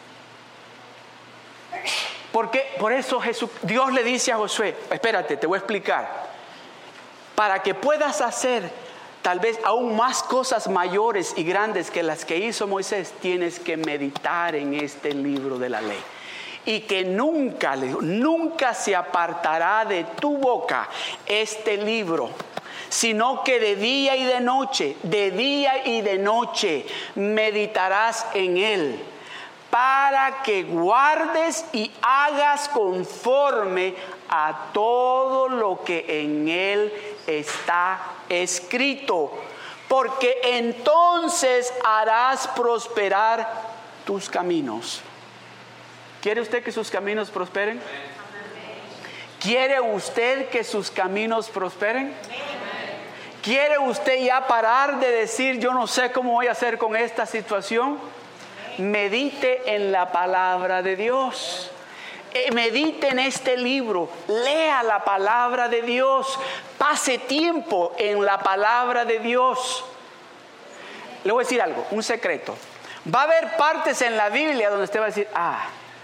Porque por eso Jesús, Dios le dice a Josué, espérate, te voy a explicar. Para que puedas hacer tal vez aún más cosas mayores y grandes que las que hizo Moisés, tienes que meditar en este libro de la ley. Y que nunca, nunca se apartará de tu boca este libro, sino que de día y de noche, de día y de noche meditarás en él, para que guardes y hagas conforme a todo lo que en él está escrito, porque entonces harás prosperar tus caminos. ¿Quiere usted que sus caminos prosperen? ¿Quiere usted que sus caminos prosperen? ¿Quiere usted ya parar de decir, yo no sé cómo voy a hacer con esta situación? Medite en la palabra de Dios. Medite en este libro. Lea la palabra de Dios. Pase tiempo en la palabra de Dios. Le voy a decir algo, un secreto. Va a haber partes en la Biblia donde usted va a decir, ah,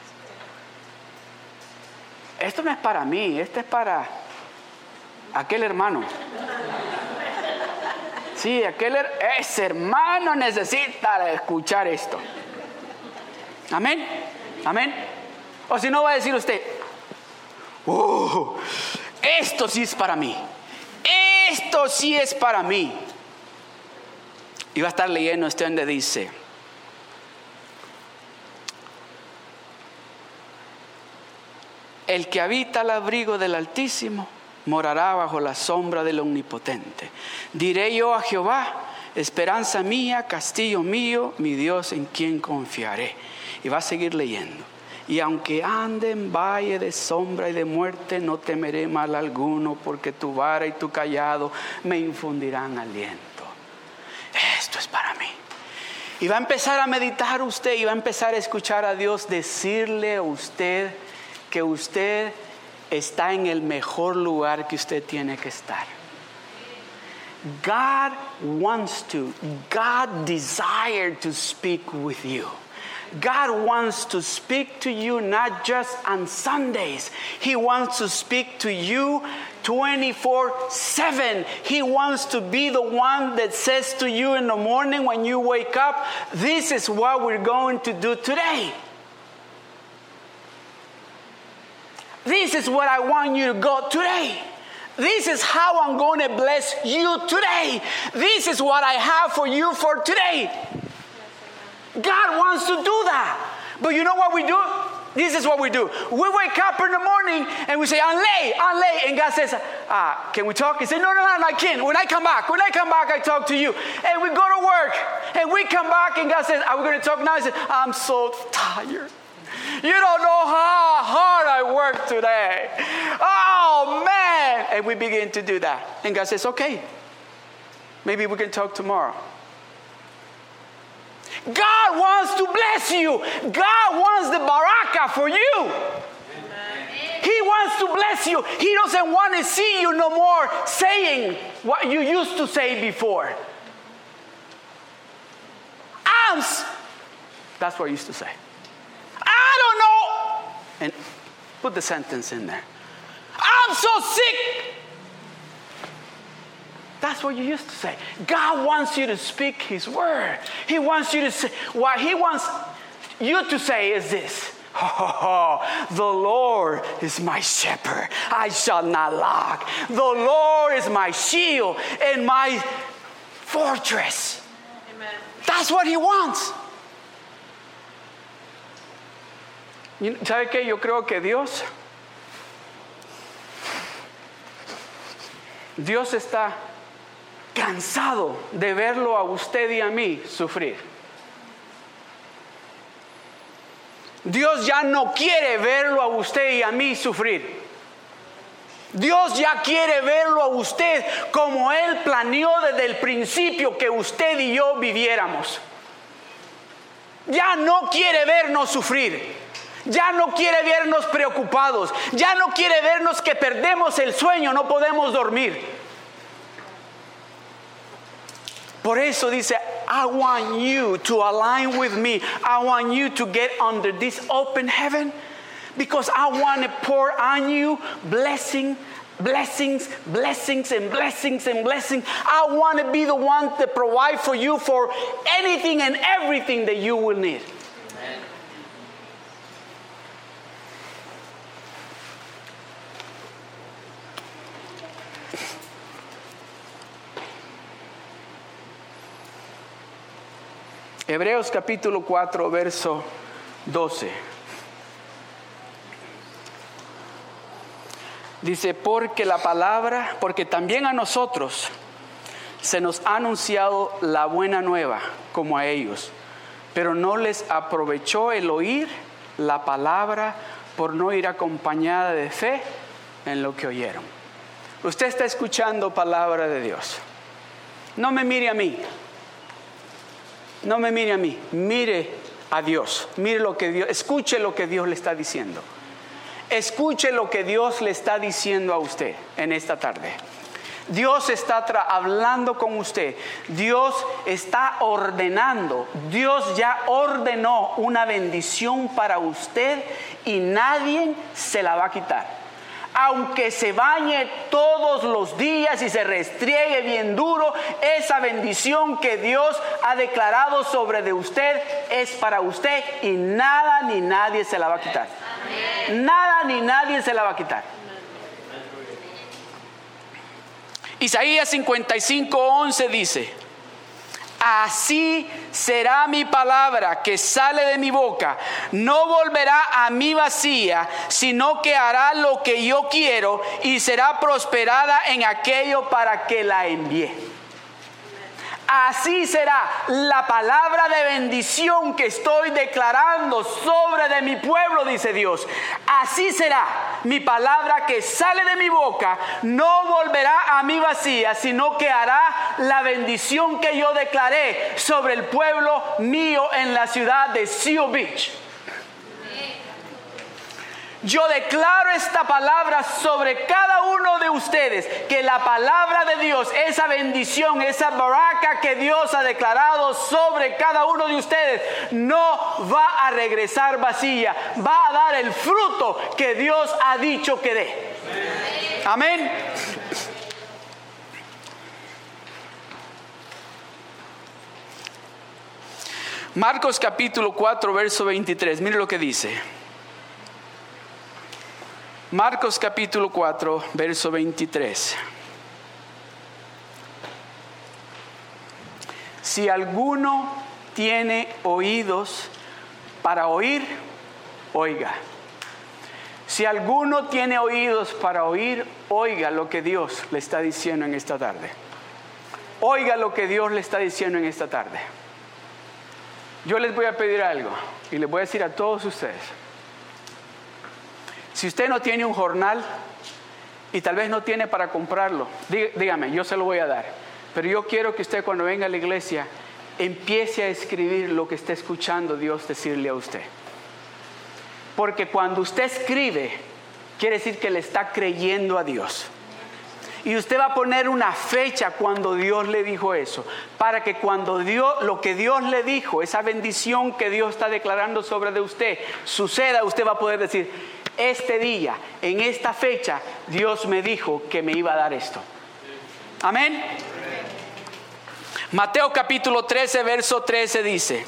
esto no es para mí, esto es para aquel hermano. Sí, aquel, ese hermano necesita escuchar esto. Amén, amén. O si no, va a decir usted, oh, esto sí es para mí, esto sí es para mí. Y va a estar leyendo este donde dice, el que habita al abrigo del Altísimo morará bajo la sombra del Omnipotente. Diré yo a Jehová, esperanza mía, castillo mío, mi Dios en quien confiaré. Y va a seguir leyendo. Y aunque ande en valle de sombra y de muerte, no temeré mal alguno, porque tu vara y tu cayado me infundirán aliento. Esto es para mí. Y va a empezar a meditar usted y va a empezar a escuchar a Dios decirle a usted que usted está en el mejor lugar que usted tiene que estar. God wants to, God desired to speak with you. God wants to speak to you not just on Sundays. He wants to speak to you twenty-four seven. He wants to be the one that says to you in the morning when you wake up, this is what we're going to do today. This is what I want you to go today. This is how I'm going to bless you today. This is what I have for you for today. God wants to do that. But you know what we do? This is what we do. We wake up in the morning and we say, I'm late, I'm late. And God says, ah, can we talk? He said, no, no, no, I can't. When I come back, when I come back, I talk to you. And we go to work and we come back and God says, are we going to talk now? He said, I'm so tired. You don't know how hard I worked today. Oh, man. And we begin to do that. And God says, okay, maybe we can talk tomorrow. God wants to bless you. God wants the baraka for you. Amen. He wants to bless you. He doesn't want to see you no more saying what you used to say before. I'm, that's what I used to say. I don't know. And put the sentence in there. I'm so sick. That's what you used to say. God wants you to speak His word. He wants you to say, what He wants you to say is this. Oh, the Lord is my shepherd. I shall not lack. The Lord is my shield and my fortress. Amen. That's what He wants. ¿Sabe qué? Yo creo que Dios, Dios está cansado de verlo a usted y a mí sufrir. Dios ya no quiere verlo a usted y a mí sufrir. Dios ya quiere verlo a usted como Él planeó desde el principio que usted y yo viviéramos. Ya no quiere vernos sufrir. Ya no quiere vernos preocupados. Ya no quiere vernos que perdemos el sueño, no podemos dormir. Por eso dice, I want you to align with me. I want you to get under this open heaven because I want to pour on you blessing, blessings, blessings, and blessings, and blessings. I want to be the one to provide for you for anything and everything that you will need. Amen. Hebreos capítulo cuatro, verso doce. Dice, porque la palabra, porque también a nosotros se nos ha anunciado la buena nueva como a ellos, pero no les aprovechó el oír la palabra por no ir acompañada de fe en lo que oyeron. Usted está escuchando palabra de Dios. No me mire a mí. No me mire a mí, mire a Dios, mire lo que Dios, escuche lo que Dios le está diciendo. Escuche lo que Dios le está diciendo a usted en esta tarde. Dios está tra- hablando con usted. Dios está ordenando. Dios ya ordenó una bendición para usted y nadie se la va a quitar. Aunque se bañe todos los días y se restriegue bien duro, esa bendición que Dios ha declarado sobre de usted es para usted y nada ni nadie se la va a quitar. Amén. Nada ni nadie se la va a quitar. Isaías cincuenta y cinco, once dice, así será mi palabra que sale de mi boca. No volverá a mí vacía, sino que hará lo que yo quiero y será prosperada en aquello para que la envié. Así será la palabra de bendición que estoy declarando sobre de mi pueblo, dice Dios. Así será mi palabra que sale de mi boca. No volverá a mí vacía, sino que hará la bendición que yo declaré sobre el pueblo mío en la ciudad de Seal Beach. Yo declaro esta palabra sobre cada uno de ustedes, que la palabra de Dios, esa bendición, esa baraka que Dios ha declarado sobre cada uno de ustedes, no va a regresar vacía, va a dar el fruto que Dios ha dicho que dé. Amén. Marcos capítulo cuatro, verso veintitrés, mire lo que dice. Marcos capítulo cuatro, verso veintitrés. Si alguno tiene oídos para oír, oiga. Si alguno tiene oídos para oír, oiga lo que Dios le está diciendo en esta tarde. Oiga lo que Dios le está diciendo en esta tarde. Yo les voy a pedir algo y les voy a decir a todos ustedes. Si usted no tiene un jornal y tal vez no tiene para comprarlo, dígame, yo se lo voy a dar. Pero yo quiero que usted cuando venga a la iglesia empiece a escribir lo que está escuchando Dios decirle a usted. Porque cuando usted escribe, quiere decir que le está creyendo a Dios. Y usted va a poner una fecha cuando Dios le dijo eso, para que cuando Dios, lo que Dios le dijo, esa bendición que Dios está declarando sobre de usted, suceda, usted va a poder decir, este día, en esta fecha, Dios me dijo que me iba a dar esto. Amén. Mateo capítulo trece, verso trece dice: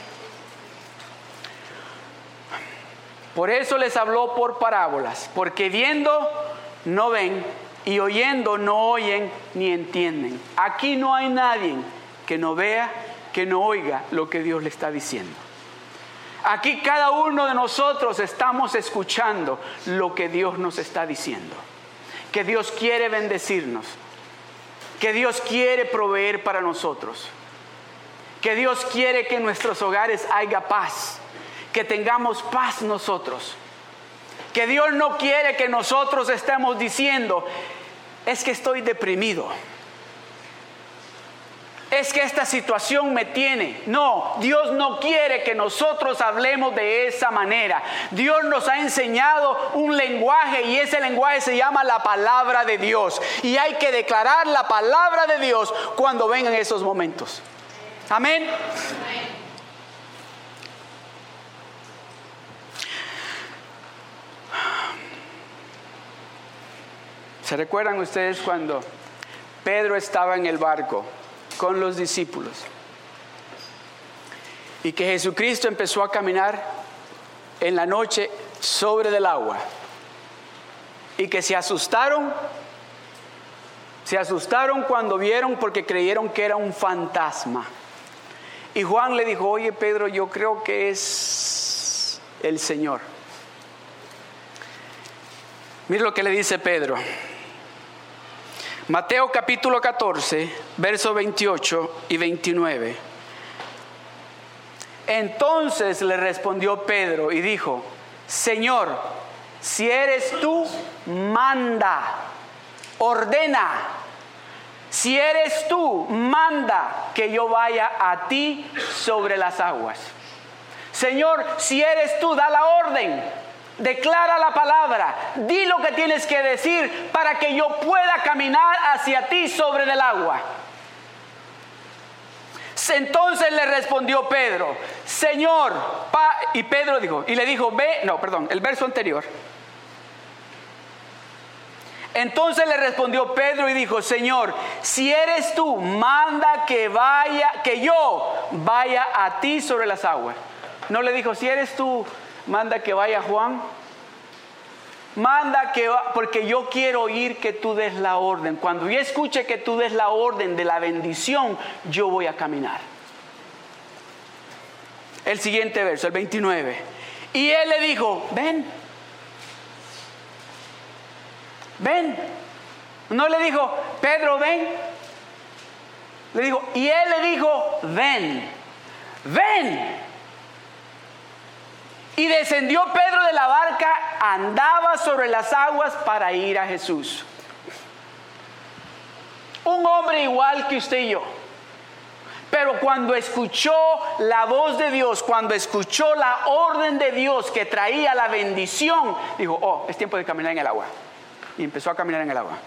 por eso les habló por parábolas, porque viendo no ven y oyendo no oyen ni entienden. Aquí no hay nadie que no vea, que no oiga lo que Dios le está diciendo. Aquí cada uno de nosotros estamos escuchando lo que Dios nos está diciendo. Que Dios quiere bendecirnos, que Dios quiere proveer para nosotros, que Dios quiere que en nuestros hogares haya paz, que tengamos paz nosotros, que Dios no quiere que nosotros estemos diciendo, es que estoy deprimido, es que esta situación me tiene. No, Dios no quiere que nosotros hablemos de esa manera. Dios nos ha enseñado un lenguaje y ese lenguaje se llama la palabra de Dios. Y hay que declarar la palabra de Dios cuando vengan esos momentos. Amén. Amén. ¿Se recuerdan ustedes cuando Pedro estaba en el barco con los discípulos y que Jesucristo empezó a caminar en la noche sobre el agua y que se asustaron? Se asustaron cuando vieron, porque creyeron que era un fantasma. Y Juan le dijo, oye Pedro, yo creo que es el Señor. Mira lo que le dice Pedro. Mateo capítulo catorce, versos veintiocho y veintinueve. Entonces le respondió Pedro y dijo, Señor, si eres tú, manda, ordena. Si eres tú, manda que yo vaya a ti sobre las aguas. Señor, si eres tú, da la orden. Declara la palabra, di lo que tienes que decir para que yo pueda caminar hacia ti sobre el agua. Entonces le respondió Pedro, Señor, pa, y Pedro dijo, y le dijo, ve, no, perdón, el verso anterior. Entonces le respondió Pedro y dijo, Señor, si eres tú, manda que vaya, que yo vaya a ti sobre las aguas. No le dijo, si eres tú, manda que vaya Juan. Manda que va, porque yo quiero oír que tú des la orden. Cuando yo escuche que tú des la orden de la bendición, yo voy a caminar. El siguiente verso, el veintinueve. Y él le dijo, ven. Ven. No le dijo, Pedro, ven. Le dijo, y él le dijo, ven. Ven. Y descendió Pedro de la barca, andaba sobre las aguas para ir a Jesús. Un hombre igual que usted y yo. Pero cuando escuchó la voz de Dios, cuando escuchó la orden de Dios que traía la bendición, dijo, oh, es tiempo de caminar en el agua. Y empezó a caminar en el agua.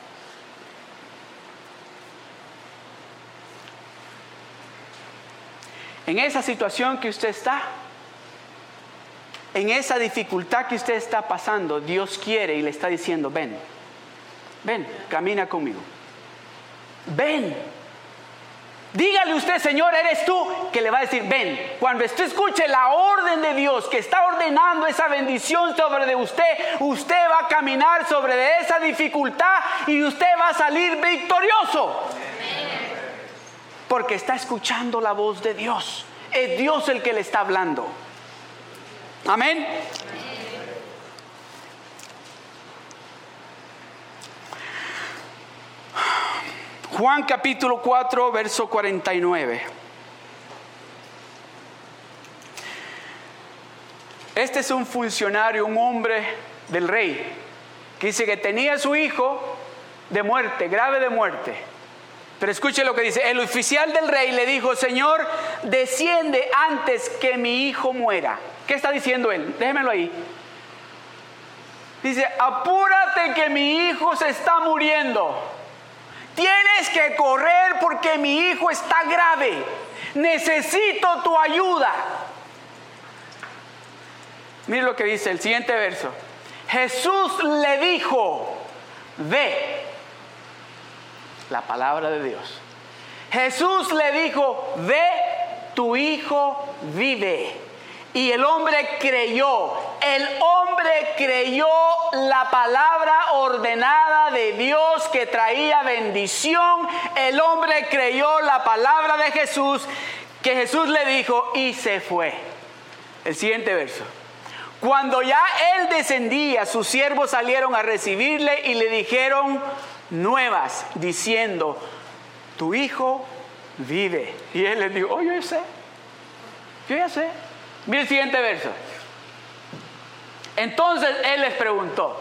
En esa situación que usted está, en esa dificultad que usted está pasando, Dios quiere y le está diciendo, ven, ven, camina conmigo. Ven. Dígale usted, Señor, eres tú, que le va a decir, ven. Cuando usted escuche la orden de Dios que está ordenando esa bendición sobre de usted, usted va a caminar sobre de esa dificultad y usted va a salir victorioso. Porque está escuchando la voz de Dios. Es Dios el que le está hablando. Amén. Juan capítulo cuatro, verso cuarenta y nueve. Este es un funcionario, un hombre del rey, que dice que tenía a su hijo de muerte, grave de muerte. Pero escuche lo que dice: el oficial del rey le dijo: Señor, desciende antes que mi hijo muera. ¿Qué está diciendo él? Déjemelo ahí. Dice: apúrate que mi hijo se está muriendo. Tienes que correr porque mi hijo está grave. Necesito tu ayuda. Mire lo que dice el siguiente verso. Jesús le dijo: ve. La palabra de Dios. Jesús le dijo: ve, tu hijo vive. Y el hombre creyó. El hombre creyó la palabra ordenada de Dios que traía bendición. El hombre creyó la palabra de Jesús que Jesús le dijo y se fue. El siguiente verso. Cuando ya él descendía, sus siervos salieron a recibirle y le dijeron nuevas, diciendo: tu hijo vive. Y él les dijo: oh, yo ya sé, yo ya sé. Mira el siguiente verso. Entonces él les preguntó.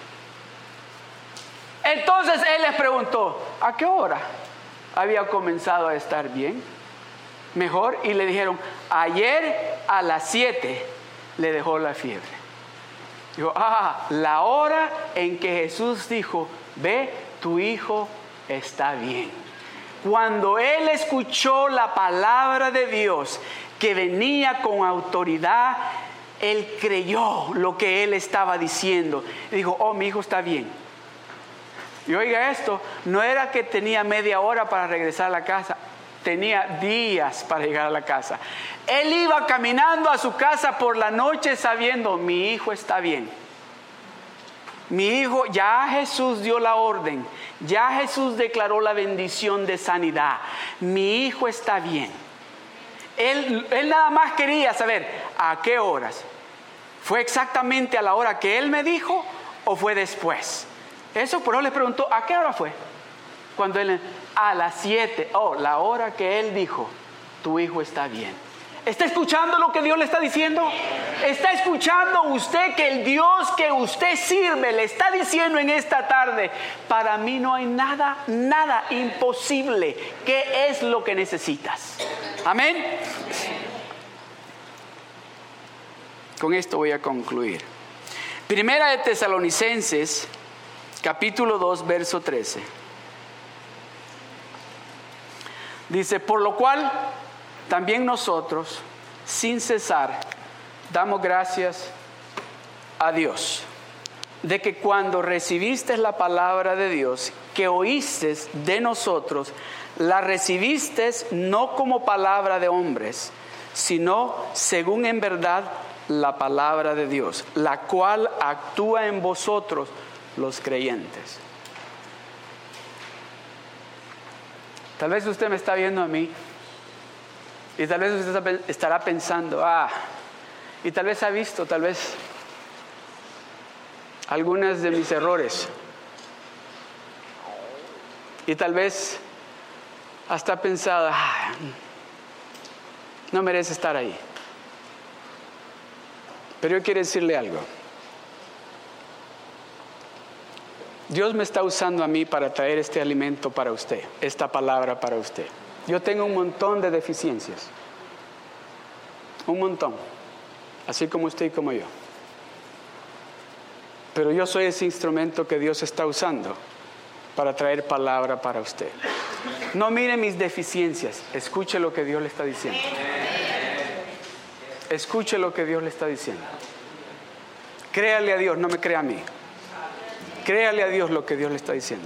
Entonces él les preguntó: ¿a qué hora había comenzado a estar bien? Mejor. Y le dijeron: ayer a las siete le dejó la fiebre. Dijo: ah, la hora en que Jesús dijo: ve, tu hijo está bien. Cuando él escuchó la palabra de Dios que venía con autoridad, él creyó lo que él estaba diciendo. Dijo: oh, mi hijo está bien. Y oiga esto, no era que tenía media hora para regresar a la casa, tenía días para llegar a la casa. Él iba caminando a su casa por la noche sabiendo: mi hijo está bien. Mi hijo, ya Jesús dio la orden, ya Jesús declaró la bendición de sanidad. Mi hijo está bien. Él, él nada más quería saber a qué horas. ¿Fue exactamente a la hora que él me dijo o fue después? Eso, por eso le preguntó: ¿a qué hora fue? Cuando él, a las siete, oh, la hora que él dijo: tu hijo está bien. ¿Está escuchando lo que Dios le está diciendo? ¿Está escuchando usted que el Dios que usted sirve le está diciendo en esta tarde: para mí no hay nada, nada imposible? ¿Qué es lo que necesitas? Amén. Con esto voy a concluir. Primera de Tesalonicenses, capítulo dos, verso trece. Dice: por lo cual también nosotros, sin cesar, damos gracias a Dios, de que cuando recibiste la palabra de Dios que oíste de nosotros, la recibiste no como palabra de hombres, sino según en verdad la palabra de Dios, la cual actúa en vosotros los creyentes. Tal vez usted me está viendo a mí y tal vez usted estará pensando: ah, y tal vez ha visto, tal vez algunas de mis errores, y tal vez hasta ha pensado: ah, no merece estar ahí. Pero yo quiero decirle algo. Dios me está usando a mí para traer este alimento para usted, esta palabra para usted. Yo tengo un montón de deficiencias, un montón, así como usted y como yo. Pero yo soy ese instrumento que Dios está usando para traer palabra para usted. No mire mis deficiencias, escuche lo que Dios le está diciendo. Escuche lo que Dios le está diciendo. Créale a Dios, no me crea a mí. Créale a Dios lo que Dios le está diciendo.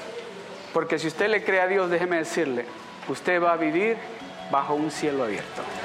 Porque si usted le cree a Dios, déjeme decirle, usted va a vivir bajo un cielo abierto.